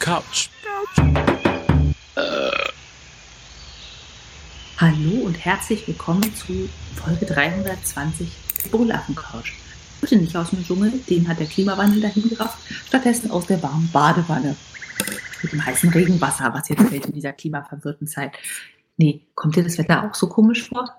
Couch. Hallo und herzlich willkommen zu Folge 320 der Brüllaffen-Couch. Heute nicht aus dem Dschungel, den hat der Klimawandel dahin gerafft, stattdessen aus der warmen Badewanne. Mit dem heißen Regenwasser, was jetzt fällt in dieser klimaverwirrten Zeit. Nee, kommt dir das Wetter auch so komisch vor?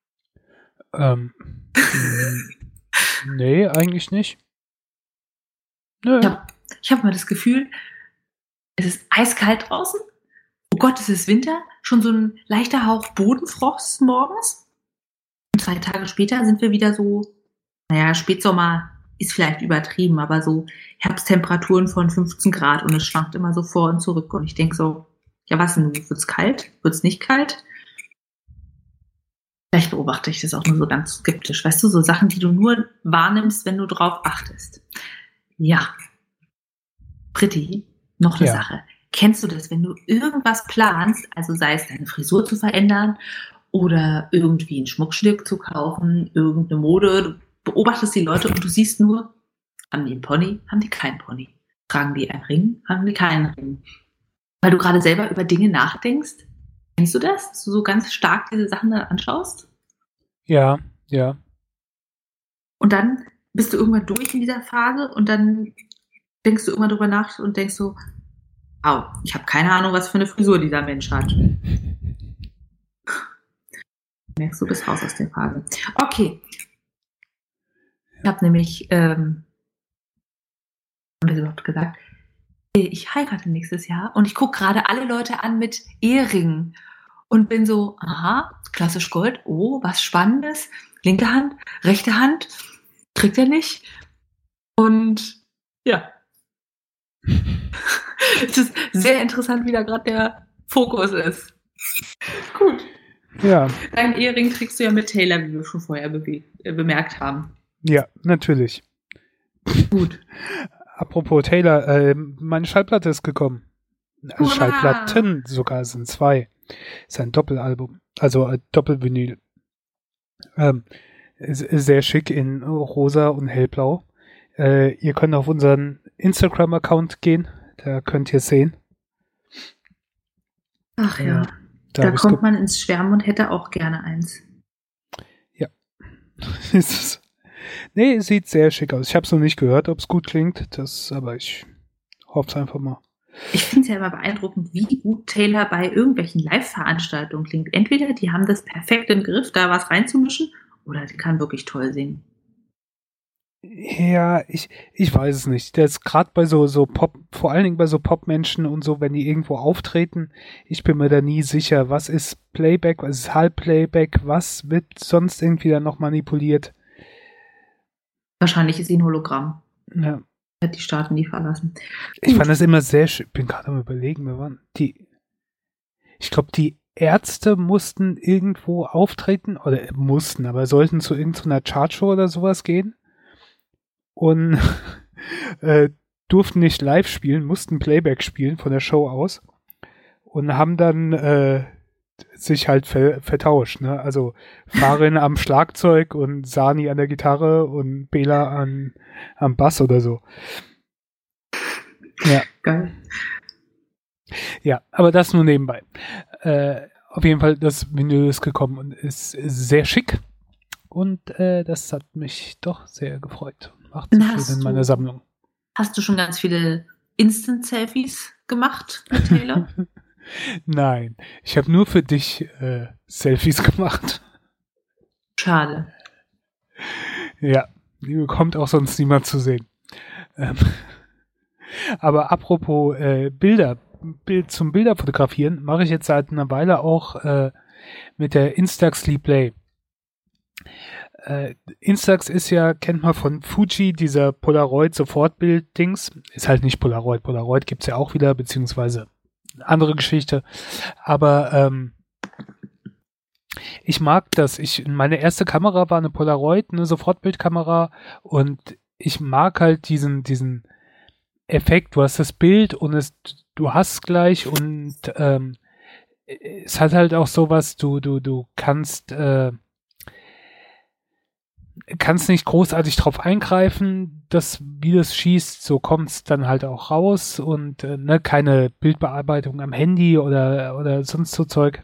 Nee, eigentlich nicht. Nö. Ich hab mal das Gefühl, es ist eiskalt draußen. Oh Gott, es ist Winter. Schon so ein leichter Hauch Bodenfrost morgens. Und 2 Tage später sind wir wieder so, Spätsommer ist vielleicht übertrieben, aber so Herbsttemperaturen von 15 Grad und es schwankt immer so vor und zurück. Und ich denke so, ja was denn, wird's kalt? Wird's nicht kalt? Vielleicht beobachte ich das auch nur so ganz skeptisch. Weißt du, so Sachen, die du nur wahrnimmst, wenn du drauf achtest. Ja. Britti, noch eine Sache. Kennst du das, wenn du irgendwas planst, also sei es deine Frisur zu verändern oder irgendwie ein Schmuckstück zu kaufen, irgendeine Mode, du beobachtest die Leute und du siehst nur, haben die einen Pony, haben die keinen Pony? Tragen die einen Ring, haben die keinen Ring? Weil du gerade selber über Dinge nachdenkst. Kennst du das, dass du so ganz stark diese Sachen da anschaust? Ja. Und dann bist du irgendwann durch in dieser Phase und dann denkst du immer drüber nach und denkst so, ich habe keine Ahnung, was für eine Frisur dieser Mensch hat. Merkst du, bist raus aus der Phase. Okay. Ich habe nämlich, haben wir überhaupt gesagt, ich heirate nächstes Jahr und ich gucke gerade alle Leute an mit Eheringen und bin so, aha, klassisch Gold, oh, was Spannendes, linke Hand, rechte Hand, kriegt er nicht. Und ja. Es ist sehr interessant, wie da gerade der Fokus ist. Gut. Ja. Deinen Ehering kriegst du ja mit Taylor, wie wir schon vorher bemerkt haben. Ja, natürlich. Gut. Apropos Taylor, meine Schallplatte ist gekommen. Hurra! Schallplatten sogar sind 2. Ist ein Doppelalbum, also Doppelvinyl. Ist sehr schick in rosa und hellblau. Ihr könnt auf unseren Instagram-Account gehen, da könnt ihr sehen. Ach ja, da kommt man ins Schwärmen und hätte auch gerne eins. Ja. Nee, sieht sehr schick aus. Ich habe es noch nicht gehört, ob es gut klingt, aber ich hoffe es einfach mal. Ich finde es ja immer beeindruckend, wie gut Taylor bei irgendwelchen Live-Veranstaltungen klingt. Entweder die haben das perfekt im Griff, da was reinzumischen, oder die kann wirklich toll singen. Ja, ich weiß es nicht. Das ist gerade bei so Pop, vor allen Dingen bei so Popmenschen und so, wenn die irgendwo auftreten, ich bin mir da nie sicher, was ist Playback, was ist Halbplayback, was wird sonst irgendwie dann noch manipuliert. Wahrscheinlich ist sie ein Hologramm. Ja. Hat die Staaten nie verlassen. Ich fand das immer sehr schön. Ich bin gerade am Überlegen, ich glaube, die Ärzte mussten irgendwo auftreten, oder mussten, aber sollten zu irgendeiner Chartshow oder sowas gehen. Und durften nicht live spielen, mussten Playback spielen von der Show aus und haben dann sich halt vertauscht. Ne? Also Farin am Schlagzeug und Sani an der Gitarre und Bela am Bass oder so. Ja. Geil. Ja, aber das nur nebenbei. Auf jeden Fall, das Vinyl ist gekommen und ist sehr schick. Und das hat mich doch sehr gefreut. Macht sich viel in meiner Sammlung. Hast du schon ganz viele Instant-Selfies gemacht mit Taylor? Nein, ich habe nur für dich Selfies gemacht. Schade. Ja, die bekommt auch sonst niemand zu sehen. Aber apropos zum Bilderfotografieren mache ich jetzt seit einer Weile auch mit der Instax Play. Instax ist ja, kennt man von Fuji, dieser Polaroid-Sofortbild-Dings. Ist halt nicht Polaroid. Polaroid gibt's ja auch wieder, beziehungsweise andere Geschichte. Aber ich mag das. Meine erste Kamera war eine Polaroid, eine Sofortbildkamera, und ich mag halt diesen Effekt. Du hast das Bild und du hast gleich, und es hat halt auch sowas, du kannst kannst nicht großartig drauf eingreifen, wie das schießt, so kommt's dann halt auch raus und keine Bildbearbeitung am Handy oder sonst so Zeug.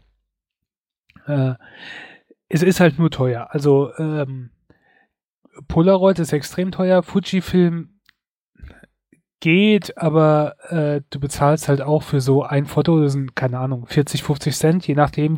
Es ist halt nur teuer. Also Polaroid ist extrem teuer, Fujifilm geht, aber du bezahlst halt auch für so ein Foto, das sind, keine Ahnung, 40, 50 Cent, je nachdem,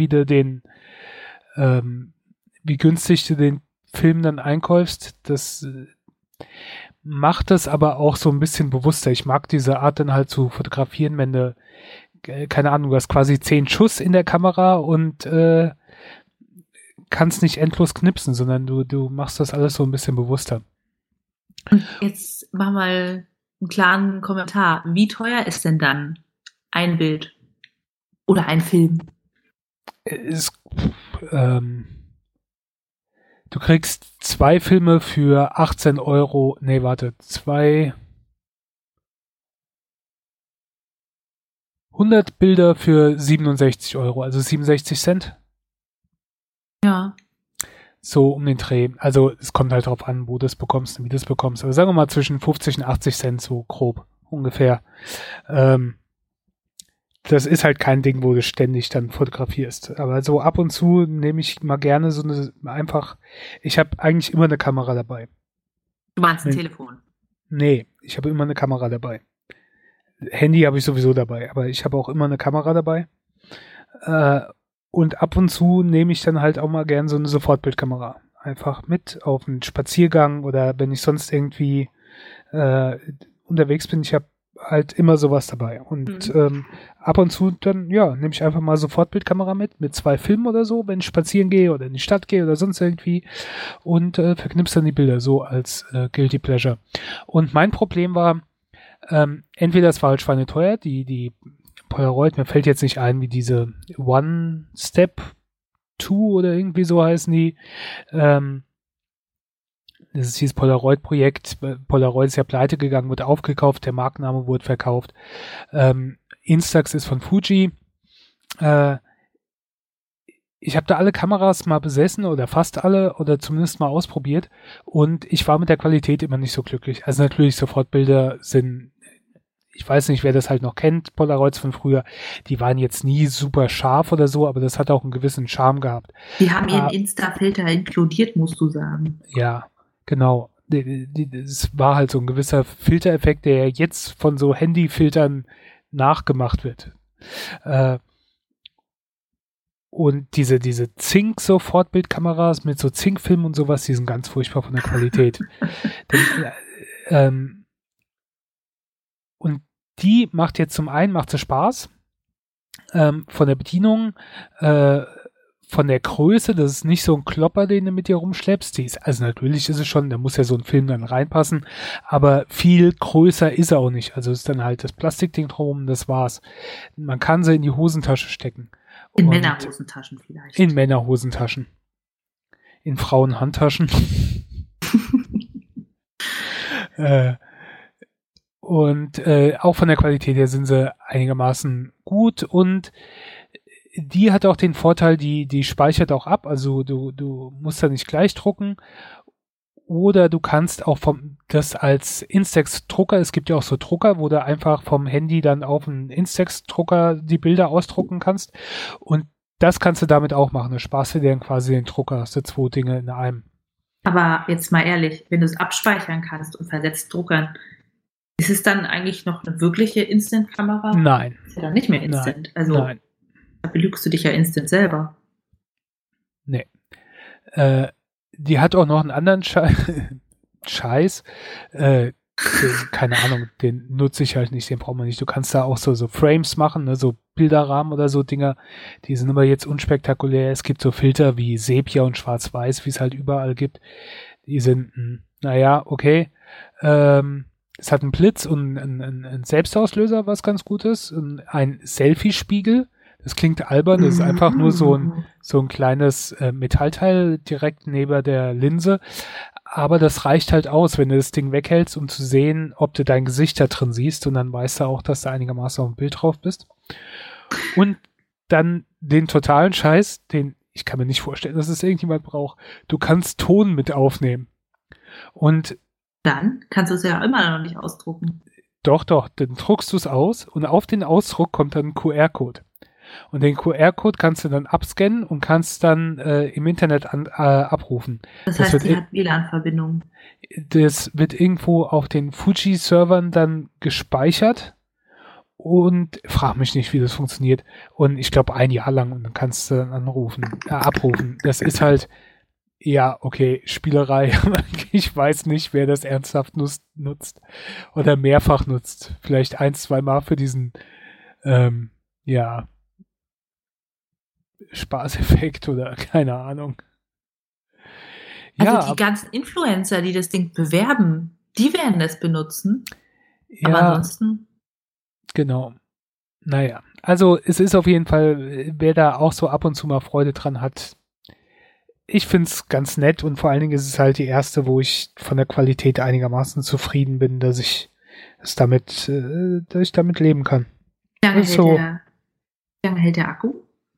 wie günstig du den Film dann einkaufst. Das macht es aber auch so ein bisschen bewusster. Ich mag diese Art dann halt zu fotografieren, wenn du, keine Ahnung, du hast quasi 10 Schuss in der Kamera und kannst nicht endlos knipsen, sondern du machst das alles so ein bisschen bewusster. Jetzt mach mal einen klaren Kommentar. Wie teuer ist denn dann ein Bild oder ein Film? Du kriegst 2 Filme für 18 Euro. Nee, warte. 100 Bilder für 67 Euro, also 67 Cent. Ja. So um den Dreh. Also es kommt halt drauf an, wo du es bekommst und wie du es bekommst. Aber sagen wir mal zwischen 50 und 80 Cent, so grob ungefähr. Das ist halt kein Ding, wo du ständig dann fotografierst. Aber so ab und zu nehme ich mal gerne so ich habe eigentlich immer eine Kamera dabei. Du meinst ein Telefon? Nee, ich habe immer eine Kamera dabei. Handy habe ich sowieso dabei, aber ich habe auch immer eine Kamera dabei. Und ab und zu nehme ich dann halt auch mal gern so eine Sofortbildkamera. Einfach mit auf einen Spaziergang oder wenn ich sonst irgendwie unterwegs bin. Ich habe halt immer sowas dabei. Und ab und zu dann, nehme ich einfach mal Sofortbildkamera mit 2 Filmen oder so, wenn ich spazieren gehe oder in die Stadt gehe oder sonst irgendwie und verknipse dann die Bilder so als Guilty Pleasure. Und mein Problem war, entweder es war halt schweineteuer, die Polaroid, mir fällt jetzt nicht ein, wie diese One Step 2 oder irgendwie so heißen die. Das ist dieses Polaroid-Projekt. Polaroid ist ja pleite gegangen, wurde aufgekauft, der Markenname wurde verkauft. Instax ist von Fuji. Ich habe da alle Kameras mal besessen oder fast alle oder zumindest mal ausprobiert und ich war mit der Qualität immer nicht so glücklich. Also natürlich Sofortbilder sind, ich weiß nicht, wer das halt noch kennt, Polaroids von früher, die waren jetzt nie super scharf oder so, aber das hat auch einen gewissen Charme gehabt. Die haben ihren Insta-Filter inkludiert, musst du sagen. Ja, genau. Es war halt so ein gewisser Filtereffekt, der jetzt von so Handyfiltern nachgemacht wird. Und diese Zink-Sofortbildkameras mit so Zinkfilm und sowas, die sind ganz furchtbar von der Qualität. Und die macht jetzt zum einen, macht sie Spaß, von der Bedienung, von der Größe, das ist nicht so ein Klopper, den du mit dir rumschleppst. Also natürlich ist es schon, da muss ja so ein Film dann reinpassen, aber viel größer ist er auch nicht. Also ist dann halt das Plastikding drum, das war's. Man kann sie in die Hosentasche stecken. In Männerhosentaschen vielleicht. In Männerhosentaschen. In Frauenhandtaschen. Und auch von der Qualität her sind sie einigermaßen gut und die hat auch den Vorteil, die speichert auch ab, also du musst da nicht gleich drucken oder du kannst auch das als Instax-Drucker, es gibt ja auch so Drucker, wo du einfach vom Handy dann auf einen Instax-Drucker die Bilder ausdrucken kannst und das kannst du damit auch machen, da sparst du dir dann quasi den Drucker, hast du 2 Dinge in einem. Aber jetzt mal ehrlich, wenn du es abspeichern kannst und versetzt druckern, ist es dann eigentlich noch eine wirkliche Instant-Kamera? Nein. Ist ja dann nicht mehr Instant. Nein. Also Nein. Da belügst du dich ja instant selber. Nee. Die hat auch noch einen anderen Scheiß. Keine Ahnung, den nutze ich halt nicht, den braucht man nicht. Du kannst da auch so Frames machen, ne, so Bilderrahmen oder so Dinger. Die sind aber jetzt unspektakulär. Es gibt so Filter wie Sepia und Schwarz-Weiß, wie es halt überall gibt. Die sind, naja, okay. Es hat einen Blitz und einen Selbstauslöser, was ganz gut ist. Und ein Selfie-Spiegel. Das klingt albern, das ist einfach nur so ein kleines Metallteil direkt neben der Linse. Aber das reicht halt aus, wenn du das Ding weghältst, um zu sehen, ob du dein Gesicht da drin siehst. Und dann weißt du auch, dass du einigermaßen auf dem Bild drauf bist. Und dann den totalen Scheiß, den ich kann mir nicht vorstellen, dass es irgendjemand braucht. Du kannst Ton mit aufnehmen. Und dann kannst du es ja immer noch nicht ausdrucken. Doch, dann druckst du es aus und auf den Ausdruck kommt dann ein QR-Code. Und den QR-Code kannst du dann abscannen und kannst dann im Internet abrufen. Das heißt, die hat WLAN-Verbindung. Das wird irgendwo auf den Fuji-Servern dann gespeichert und frag mich nicht, wie das funktioniert. Und ich glaube 1 Jahr lang und dann kannst du dann abrufen. Das ist halt, ja, okay, Spielerei. Ich weiß nicht, wer das ernsthaft nutzt oder mehrfach nutzt. Vielleicht 1-2 Mal für diesen, Spaßeffekt oder keine Ahnung. Also die ganzen Influencer, die das Ding bewerben, die werden das benutzen. Ja, aber ansonsten. Genau. Naja, also es ist auf jeden Fall, wer da auch so ab und zu mal Freude dran hat, ich finde es ganz nett und vor allen Dingen ist es halt die erste, wo ich von der Qualität einigermaßen zufrieden bin, dass ich damit leben kann. Wie lange hält der Akku?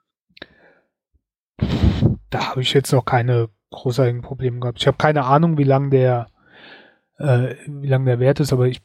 Da habe ich jetzt noch keine großartigen Probleme gehabt. Ich habe keine Ahnung, wie lang der Wert ist, aber ich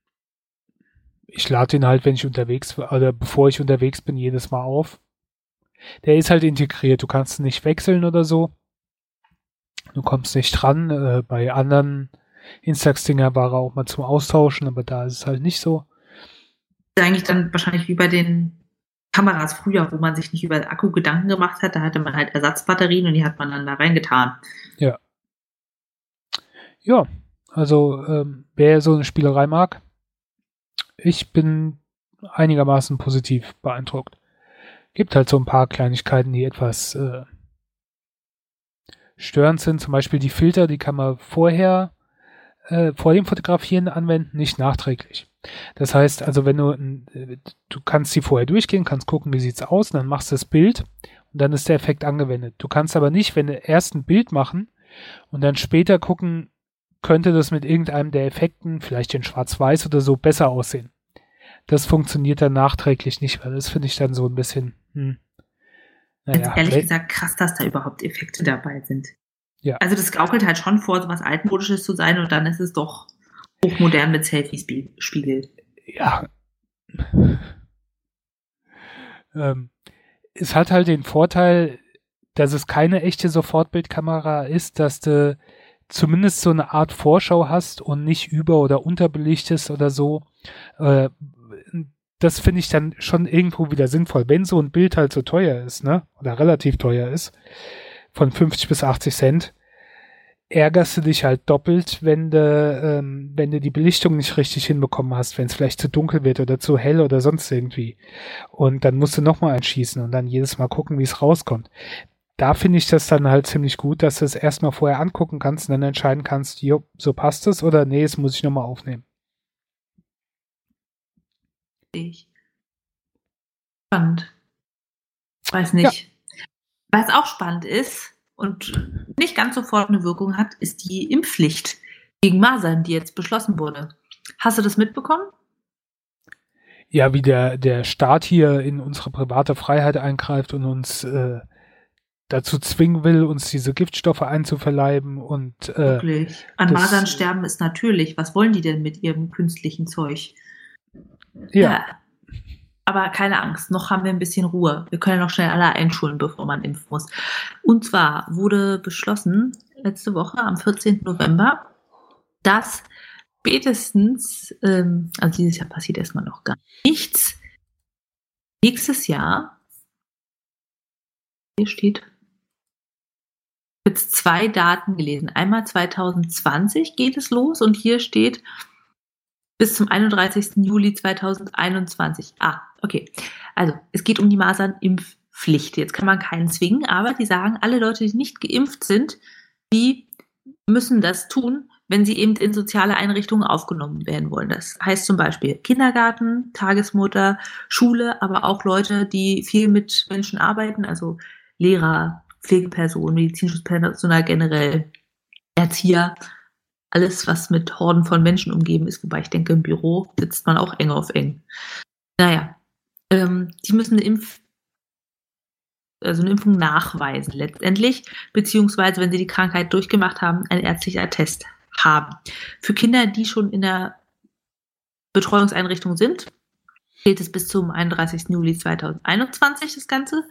lade ihn halt, wenn ich unterwegs oder bevor ich unterwegs bin, jedes Mal auf. Der ist halt integriert, du kannst ihn nicht wechseln oder so. Du kommst nicht dran. Bei anderen Instax-Dinger war er auch mal zum Austauschen, aber da ist es halt nicht so. Das ist eigentlich dann wahrscheinlich wie bei den Kameras früher, wo man sich nicht über den Akku Gedanken gemacht hat. Da hatte man halt Ersatzbatterien und die hat man dann da reingetan. Ja. Ja, also wer so eine Spielerei mag, ich bin einigermaßen positiv beeindruckt. Gibt halt so ein paar Kleinigkeiten, die etwas störend sind. Zum Beispiel die Filter, die kann man vor dem Fotografieren anwenden, nicht nachträglich. Das heißt, also wenn du kannst die vorher durchgehen, kannst gucken, wie sieht's aus, und dann machst du das Bild und dann ist der Effekt angewendet. Du kannst aber nicht, wenn du erst ein Bild machen und dann später gucken, könnte das mit irgendeinem der Effekten, vielleicht in Schwarz-Weiß oder so, besser aussehen. Das funktioniert dann nachträglich nicht, weil das finde ich dann so ein bisschen, naja. Ehrlich gesagt krass, dass da überhaupt Effekte dabei sind. Ja. Also das gaukelt halt schon vor, so was Altmodisches zu sein und dann ist es doch hochmodern mit Selfie-Spiegel. Ja. Es hat halt den Vorteil, dass es keine echte Sofortbildkamera ist, dass du zumindest so eine Art Vorschau hast und nicht über- oder unterbelichtest oder so. Das finde ich dann schon irgendwo wieder sinnvoll. Wenn so ein Bild halt so teuer ist, ne, oder relativ teuer ist, von 50 bis 80 Cent, ärgerst du dich halt doppelt, wenn du die Belichtung nicht richtig hinbekommen hast, wenn es vielleicht zu dunkel wird oder zu hell oder sonst irgendwie. Und dann musst du nochmal einschießen und dann jedes Mal gucken, wie es rauskommt. Da finde ich das dann halt ziemlich gut, dass du es erstmal vorher angucken kannst und dann entscheiden kannst, jo, so passt es oder nee, das muss ich nochmal aufnehmen. Spannend. Weiß nicht. Ja. Was auch spannend ist und nicht ganz sofort eine Wirkung hat, ist die Impfpflicht gegen Masern, die jetzt beschlossen wurde. Hast du das mitbekommen? Ja, wie der Staat hier in unsere private Freiheit eingreift und uns dazu zwingen will, uns diese Giftstoffe einzuverleiben und wirklich. An Masern sterben ist natürlich. Was wollen die denn mit ihrem künstlichen Zeug? Ja. Aber keine Angst, noch haben wir ein bisschen Ruhe. Wir können ja noch schnell alle einschulen, bevor man impfen muss. Und zwar wurde beschlossen, letzte Woche am 14. November, dass spätestens, also dieses Jahr passiert erstmal noch gar nichts, nächstes Jahr, hier steht, jetzt 2 Daten gelesen. Einmal 2020 geht es los und hier steht bis zum 31. Juli 2021. Okay. Also, es geht um die Masernimpfpflicht. Jetzt kann man keinen zwingen, aber die sagen, alle Leute, die nicht geimpft sind, die müssen das tun, wenn sie eben in soziale Einrichtungen aufgenommen werden wollen. Das heißt zum Beispiel Kindergarten, Tagesmutter, Schule, aber auch Leute, die viel mit Menschen arbeiten, also Lehrer, Pflegepersonen, medizinisches Personal generell, Erzieher, alles, was mit Horden von Menschen umgeben ist, wobei ich denke, im Büro sitzt man auch eng auf eng. Naja, die müssen eine Impfung nachweisen letztendlich, beziehungsweise, wenn sie die Krankheit durchgemacht haben, ein ärztlicher Attest haben. Für Kinder, die schon in der Betreuungseinrichtung sind, gilt es bis zum 31. Juli 2021 das Ganze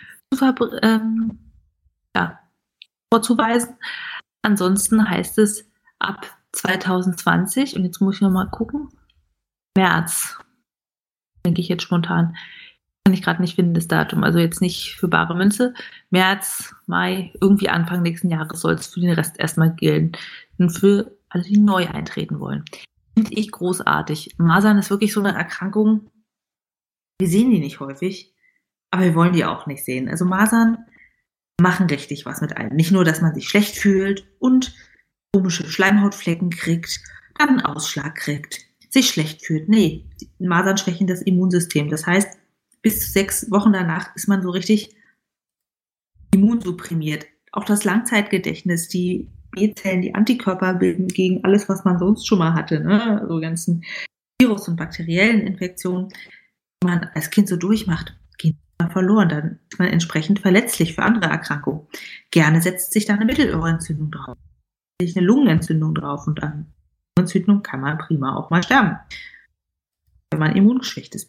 vorzuweisen. Ansonsten heißt es ab 2020, und jetzt muss ich nochmal gucken, März, denke ich jetzt spontan, kann ich gerade nicht finden, das Datum, also jetzt nicht für bare Münze, März, Mai, irgendwie Anfang nächsten Jahres soll es für den Rest erstmal gelten. Und für alle, die neu eintreten wollen. Finde ich großartig. Masern ist wirklich so eine Erkrankung, wir sehen die nicht häufig, aber wir wollen die auch nicht sehen. Also Masern machen richtig was mit einem. Nicht nur, dass man sich schlecht fühlt und komische Schleimhautflecken kriegt, dann einen Ausschlag kriegt, sich schlecht fühlt. Nee, Masern schwächen das Immunsystem. Das heißt, bis zu 6 Wochen danach ist man so richtig immunsupprimiert. Auch das Langzeitgedächtnis, die B-Zellen, die Antikörper bilden gegen alles, was man sonst schon mal hatte, ne? Also ganzen Virus- und bakteriellen Infektionen, die man als Kind so durchmacht, gehen verloren. Dann ist man entsprechend verletzlich für andere Erkrankungen. Gerne setzt sich da eine Mittelohrentzündung drauf, sich eine Lungenentzündung drauf, und an Lungenentzündung kann man prima auch mal sterben, wenn man immungeschwächt ist.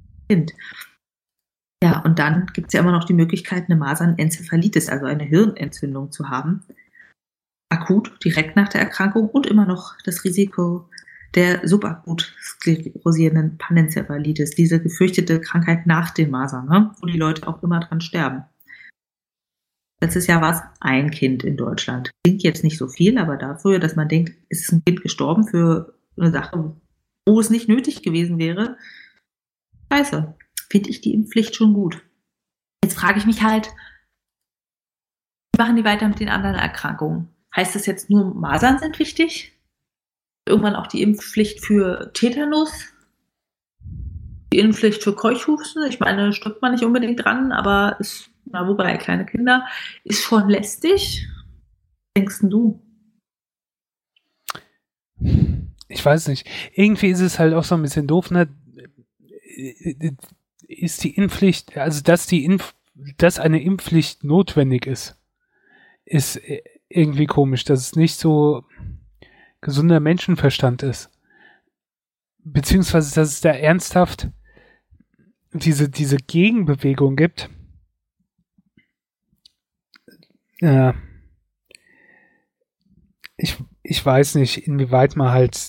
Ja, und dann gibt es ja immer noch die Möglichkeit, eine Masernenzephalitis, also eine Hirnentzündung zu haben. Akut, direkt nach der Erkrankung, und immer noch das Risiko der subakut sklerosierenden Panenzephalitis, diese gefürchtete Krankheit nach den Masern, ne? Wo die Leute auch immer dran sterben. Letztes Jahr war es ein Kind in Deutschland. Klingt jetzt nicht so viel, aber dafür, dass man denkt, ist ein Kind gestorben für eine Sache, wo es nicht nötig gewesen wäre. Scheiße, finde ich die Impfpflicht schon gut. Jetzt frage ich mich halt, wie machen die weiter mit den anderen Erkrankungen? Heißt das jetzt nur, Masern sind wichtig? Irgendwann auch die Impfpflicht für Tetanus? Die Impfpflicht für Keuchhusten? Ich meine, stirbt man nicht unbedingt dran, aber ist, na, wobei, kleine Kinder, ist schon lästig. Was denkst du? Ich weiß nicht. Irgendwie ist es halt auch so ein bisschen doof, ne? Ist die Impfpflicht, also dass eine Impfpflicht notwendig ist irgendwie komisch, dass es nicht so gesunder Menschenverstand ist. Beziehungsweise, dass es da ernsthaft diese Gegenbewegung gibt. Ja. Ich weiß nicht, inwieweit man halt.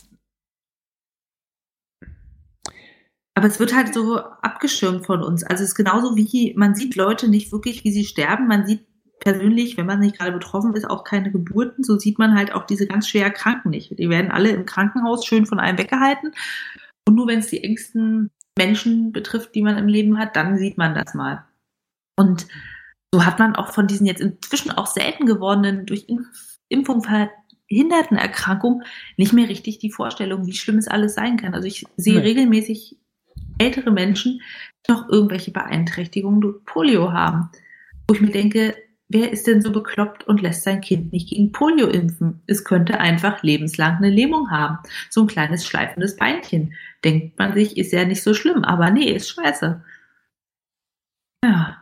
Aber es wird halt so abgeschirmt von uns. Also es ist genauso wie, man sieht Leute nicht wirklich, wie sie sterben. Man sieht persönlich, wenn man nicht gerade betroffen ist, auch keine Geburten. So sieht man halt auch diese ganz schwer Kranken nicht. Die werden alle im Krankenhaus schön von einem weggehalten. Und nur wenn es die engsten Menschen betrifft, die man im Leben hat, dann sieht man das mal. Und so hat man auch von diesen jetzt inzwischen auch selten gewordenen, durch Impfung verhinderten Erkrankungen nicht mehr richtig die Vorstellung, wie schlimm es alles sein kann. Also ich sehe regelmäßig ältere Menschen, die noch irgendwelche Beeinträchtigungen durch Polio haben. Wo ich mir denke, wer ist denn so bekloppt und lässt sein Kind nicht gegen Polio impfen? Es könnte einfach lebenslang eine Lähmung haben. So ein kleines schleifendes Beinchen. Denkt man sich, ist ja nicht so schlimm. Aber nee, ist scheiße. Ja.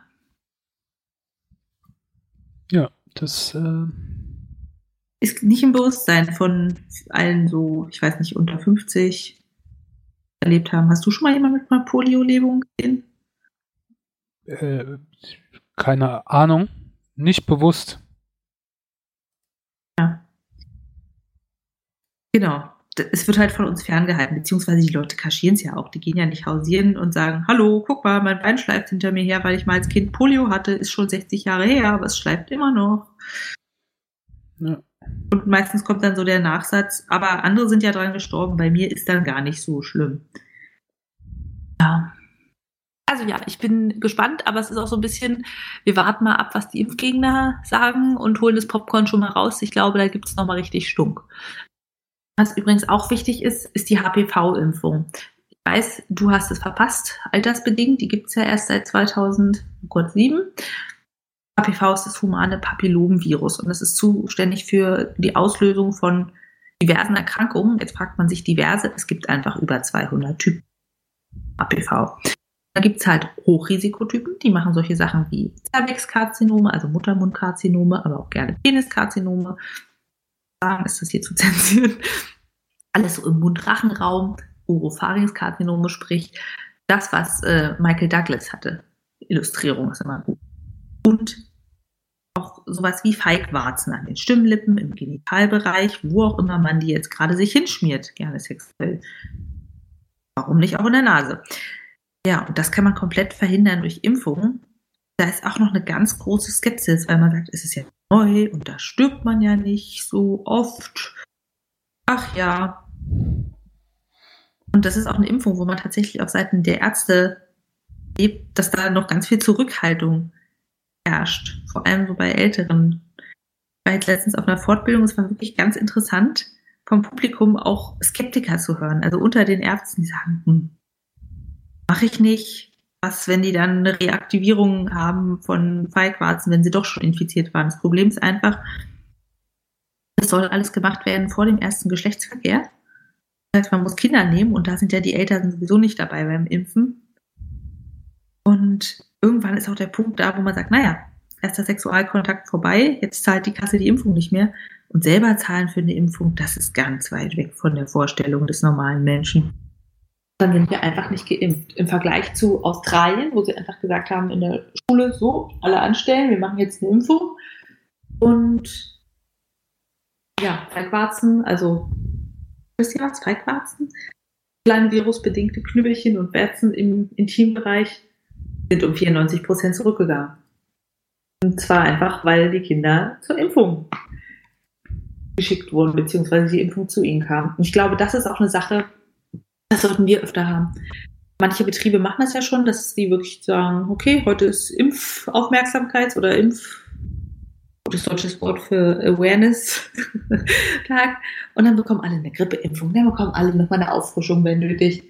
Ja, das ist nicht im Bewusstsein von allen so, ich weiß nicht, unter 50 erlebt haben. Hast du schon mal jemanden mit einer Polio-Lähmung gesehen? Keine Ahnung. Nicht bewusst. Ja. Genau. Es wird halt von uns ferngehalten, beziehungsweise die Leute kaschieren es ja auch. Die gehen ja nicht hausieren und sagen, hallo, guck mal, mein Bein schleift hinter mir her, weil ich mal als Kind Polio hatte, ist schon 60 Jahre her, aber es schleift immer noch. Ja. Und meistens kommt dann so der Nachsatz, aber andere sind ja dran gestorben, bei mir ist dann gar nicht so schlimm. Ja. Also ja, ich bin gespannt, aber es ist auch so ein bisschen, wir warten mal ab, was die Impfgegner sagen und holen das Popcorn schon mal raus. Ich glaube, da gibt es nochmal richtig Stunk. Was übrigens auch wichtig ist, ist die HPV-Impfung. Ich weiß, du hast es verpasst, altersbedingt. Die gibt es ja erst seit 2007. HPV ist das humane Papillomvirus und das ist zuständig für die Auslösung von diversen Erkrankungen. Jetzt fragt man sich diverse, es gibt einfach über 200 Typen HPV. Da gibt es halt Hochrisikotypen, die machen solche Sachen wie Cervixkarzinome, also Muttermundkarzinome, aber auch gerne Peniskarzinome, sagen, ist das hier zu zensieren? Alles so im Mund-Rachen-Raum, Oropharynx-Karzinome, sprich das, was Michael Douglas hatte. Illustrierung ist immer gut. Und auch sowas wie Feigwarzen an den Stimmlippen, im Genitalbereich, wo auch immer man die jetzt gerade sich hinschmiert, gerne sexuell. Warum nicht auch in der Nase? Ja, und das kann man komplett verhindern durch Impfungen. Da ist auch noch eine ganz große Skepsis, weil man sagt, es ist ja neu und da stirbt man ja nicht so oft. Ach ja. Und das ist auch eine Impfung, wo man tatsächlich auf Seiten der Ärzte lebt, dass da noch ganz viel Zurückhaltung herrscht. Vor allem so bei Älteren. Ich war jetzt letztens auf einer Fortbildung, es war wirklich ganz interessant, vom Publikum auch Skeptiker zu hören. Also unter den Ärzten, die sagen, mache ich nicht. Was, wenn die dann eine Reaktivierung haben von Feigwarzen, wenn sie doch schon infiziert waren? Das Problem ist einfach, das soll alles gemacht werden vor dem ersten Geschlechtsverkehr. Das heißt, man muss Kinder nehmen und da sind ja die Eltern sowieso nicht dabei beim Impfen. Und irgendwann ist auch der Punkt da, wo man sagt, naja, erster Sexualkontakt vorbei, jetzt zahlt die Kasse die Impfung nicht mehr. Und selber zahlen für eine Impfung, das ist ganz weit weg von der Vorstellung des normalen Menschen. Dann sind wir einfach nicht geimpft. Im Vergleich zu Australien, wo sie einfach gesagt haben, in der Schule so, alle anstellen, wir machen jetzt eine Impfung. Und ja, Feigwarzen, also Feigwarzen, kleine virusbedingte Knüppelchen und Warzen im Intimbereich sind um 94% zurückgegangen. Und zwar einfach, weil die Kinder zur Impfung geschickt wurden, beziehungsweise die Impfung zu ihnen kam. Und ich glaube, das ist auch eine Sache, das sollten wir öfter haben. Manche Betriebe machen das ja schon, dass sie wirklich sagen, okay, heute ist Impfaufmerksamkeits- oder gutes deutsches Wort für Awareness-Tag. Und dann bekommen alle eine Grippeimpfung, dann bekommen alle nochmal eine Auffrischung, wenn nötig.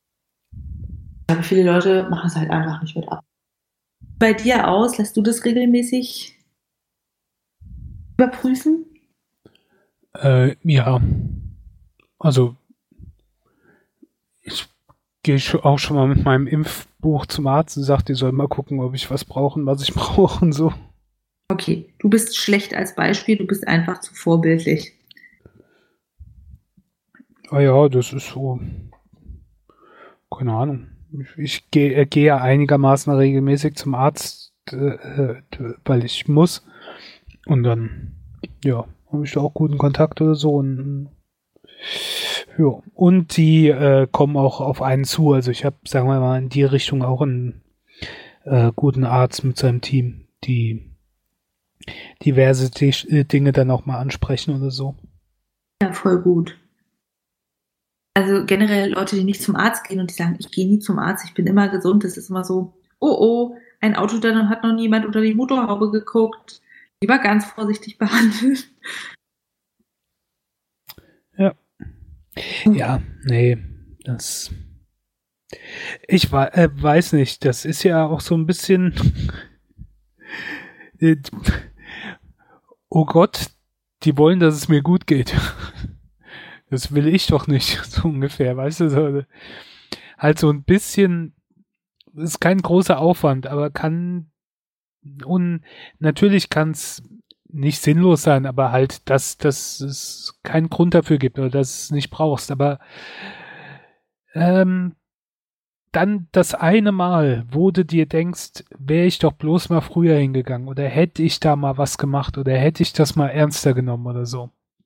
Aber viele Leute machen es halt einfach nicht mit ab. Bei dir aus, lässt du das regelmäßig überprüfen? Ja. Also ich gehe auch schon mal mit meinem Impfbuch zum Arzt und sage, die sollen mal gucken, ob ich was brauche und was ich brauche und so. Okay, du bist schlecht als Beispiel, du bist einfach zu vorbildlich. Ah ja, das ist so. Keine Ahnung. Ich gehe ja einigermaßen regelmäßig zum Arzt, weil ich muss. Und dann, ja, habe ich da auch guten Kontakt oder so. Und ja, und die kommen auch auf einen zu. Also ich habe, sagen wir mal, in die Richtung auch einen guten Arzt mit seinem Team, die diverse Dinge dann auch mal ansprechen oder so. Ja, voll gut. Also generell Leute, die nicht zum Arzt gehen und die sagen, ich gehe nie zum Arzt, ich bin immer gesund, das ist immer so, oh, ein Auto, dann hat noch niemand unter die Motorhaube geguckt, lieber ganz vorsichtig behandeln. Ja. Ja, nee, das... Ich weiß nicht, das ist ja auch so ein bisschen... Oh Gott, die wollen, dass es mir gut geht. Das will ich doch nicht, so ungefähr, weißt du? So, halt so ein bisschen, ist kein großer Aufwand, aber und natürlich kann es nicht sinnlos sein, aber halt, dass es keinen Grund dafür gibt oder dass es nicht brauchst, aber dann das eine Mal, wo du dir denkst, wäre ich doch bloß mal früher hingegangen oder hätte ich da mal was gemacht oder hätte ich das mal ernster genommen oder so.